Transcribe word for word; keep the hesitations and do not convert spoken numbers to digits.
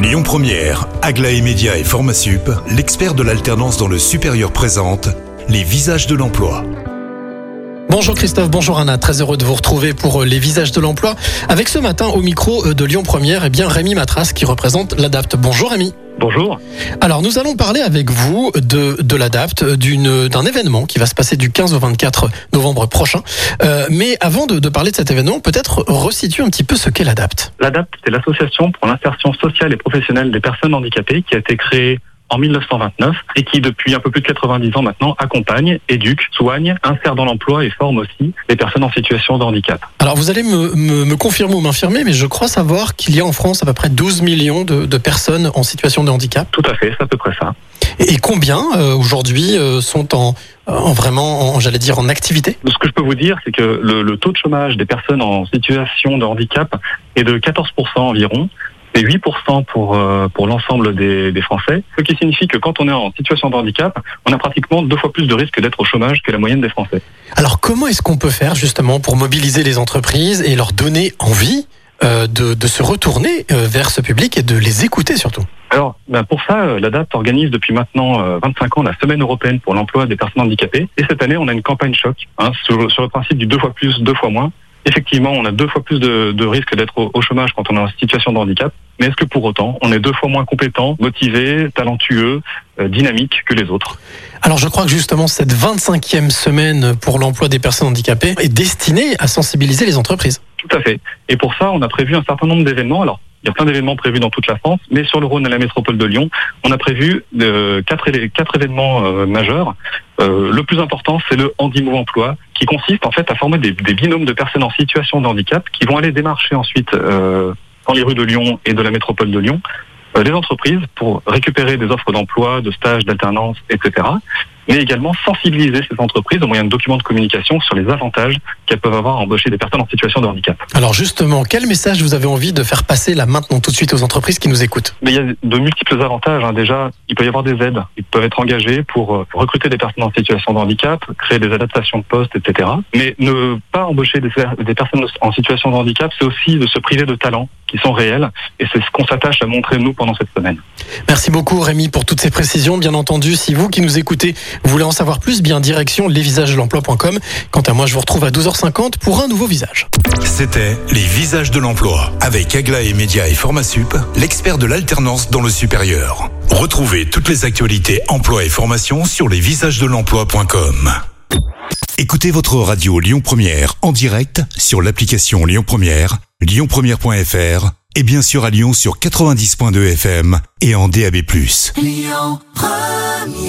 Lyon Première, Aglaé Média et Formasup, l'expert de l'alternance dans le supérieur présente les visages de l'emploi. Bonjour Christophe, bonjour Anna, très heureux de vous retrouver pour les visages de l'emploi. Avec ce matin au micro de Lyon Première, eh bien Rémi Matras qui représente l'Adapt. Bonjour Rémi. Bonjour. Alors nous allons parler avec vous de, de l'Adapt, d'une, d'un événement qui va se passer du quinze au vingt-quatre novembre prochain. Euh, mais avant de, de parler de cet événement, peut-être resituer un petit peu ce qu'est l'Adapt. L'Adapt, c'est l'association pour l'insertion sociale et professionnelle des personnes handicapées qui a été créée en mille neuf cent vingt-neuf et qui, depuis un peu plus de quatre-vingt-dix ans maintenant, accompagne, éduque, soigne, insère dans l'emploi et forme aussi les personnes en situation de handicap. Alors vous allez me, me, me confirmer ou m'infirmer, mais je crois savoir qu'il y a en France à peu près douze millions de, de personnes en situation de handicap. Tout à fait, c'est à peu près ça. Et, et combien euh, aujourd'hui euh, sont en, en vraiment, en, j'allais dire, en activité ? Ce que je peux vous dire, c'est que le, le taux de chômage des personnes en situation de handicap est de quatorze pour cent environ. C'est huit pour cent pour, euh, pour l'ensemble des, des Français, ce qui signifie que quand on est en situation de handicap, on a pratiquement deux fois plus de risques d'être au chômage que la moyenne des Français. Alors comment est-ce qu'on peut faire justement pour mobiliser les entreprises et leur donner envie euh, de, de se retourner euh, vers ce public et de les écouter surtout ? Alors, ben pour ça, l'Adapt organise depuis maintenant euh, vingt-cinq ans la Semaine européenne pour l'emploi des personnes handicapées. Et cette année, on a une campagne choc hein, sur, sur le principe du deux fois plus, deux fois moins. Effectivement, on a deux fois plus de, de risques d'être au, au chômage quand on est en situation de handicap. Mais est-ce que pour autant, on est deux fois moins compétent, motivé, talentueux, euh, dynamique que les autres ? Alors je crois que justement cette vingt-cinquième semaine pour l'emploi des personnes handicapées est destinée à sensibiliser les entreprises. Tout à fait. Et pour ça, on a prévu un certain nombre d'événements. Alors, il y a plein d'événements prévus dans toute la France, mais sur le Rhône et la métropole de Lyon, on a prévu euh, quatre, quatre événements euh, majeurs. Euh, le plus important, c'est le Handimove Emploi, qui consiste en fait à former des, des binômes de personnes en situation de handicap qui vont aller démarcher ensuite euh, dans les rues de Lyon et de la métropole de Lyon euh, les entreprises pour récupérer des offres d'emploi, de stages, d'alternance, et cetera. Mais également sensibiliser ces entreprises au moyen de documents de communication sur les avantages qu'elles peuvent avoir à embaucher des personnes en situation de handicap. Alors justement, quel message vous avez envie de faire passer là maintenant tout de suite aux entreprises qui nous écoutent ? Mais il y a de multiples avantages. Hein. Déjà, il peut y avoir des aides. Ils peuvent être engagés pour recruter des personnes en situation de handicap, créer des adaptations de postes, et cetera. Mais ne pas embaucher des, des personnes en situation de handicap, c'est aussi de se priver de talents qui sont réels. Et c'est ce qu'on s'attache à montrer nous pendant cette semaine. Merci beaucoup Rémi pour toutes ces précisions. Bien entendu, si vous qui nous écoutez, vous voulez en savoir plus, bien direction les visages de l'emploi point com. Quant à moi, je vous retrouve à douze heures cinquante pour un nouveau visage. C'était les visages de l'emploi avec Aglaé Média et Formasup, l'expert de l'alternance dans le supérieur. Retrouvez toutes les actualités emploi et formation sur les visages de l'emploi point com. Écoutez votre radio Lyon Première en direct sur l'application Lyon Première, lyon première point f r et bien sûr à Lyon sur quatre-vingt-dix point deux F M et en D A B plus. Lyon Première.